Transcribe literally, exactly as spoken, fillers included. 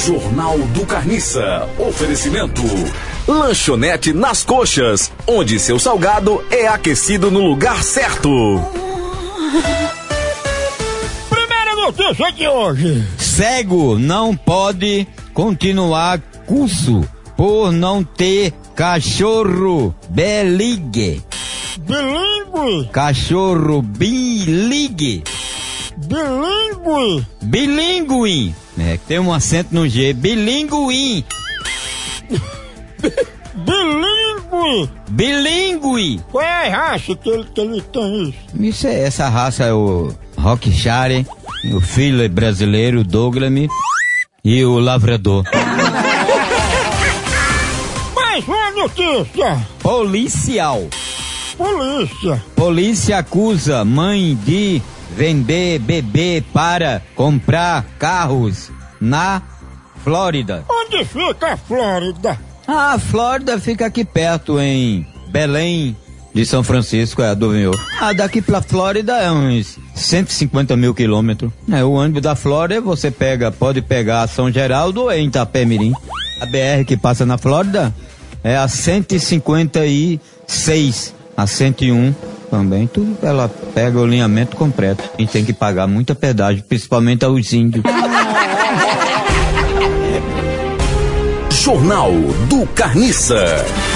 Jornal do Carniça. Oferecimento. Lanchonete Nas Coxas, onde seu salgado é aquecido no lugar certo. Primeira notícia de hoje. Cego não pode continuar curso por não ter cachorro biligue. Bilingue. Cachorro biligue. Bilingue. Bilingue. É, tem um acento no G. Bilingue. Bilingue. Bilingue. Qual é a raça que ele, que ele tem isso? Isso é, essa raça é o Yorkshire, o filho brasileiro, Douglas e o Lavrador. Mais uma notícia. Policial. Polícia. Polícia acusa mãe de vender bebê para comprar carros na Flórida. Onde fica a Flórida? A Flórida fica aqui perto, em Belém de São Francisco, é, do Vinhor. Ah, daqui pra Flórida é uns cento e cinquenta mil quilômetros. É, o ônibus da Flórida você pega, pode pegar a São Geraldo ou em Itapemirim. A B R que passa na Flórida é a cento e cinquenta e seis, a cento e um também. Tudo ela pega o alinhamento completo. A gente tem que pagar muita pedágio, principalmente aos índios. Jornal do Carniça.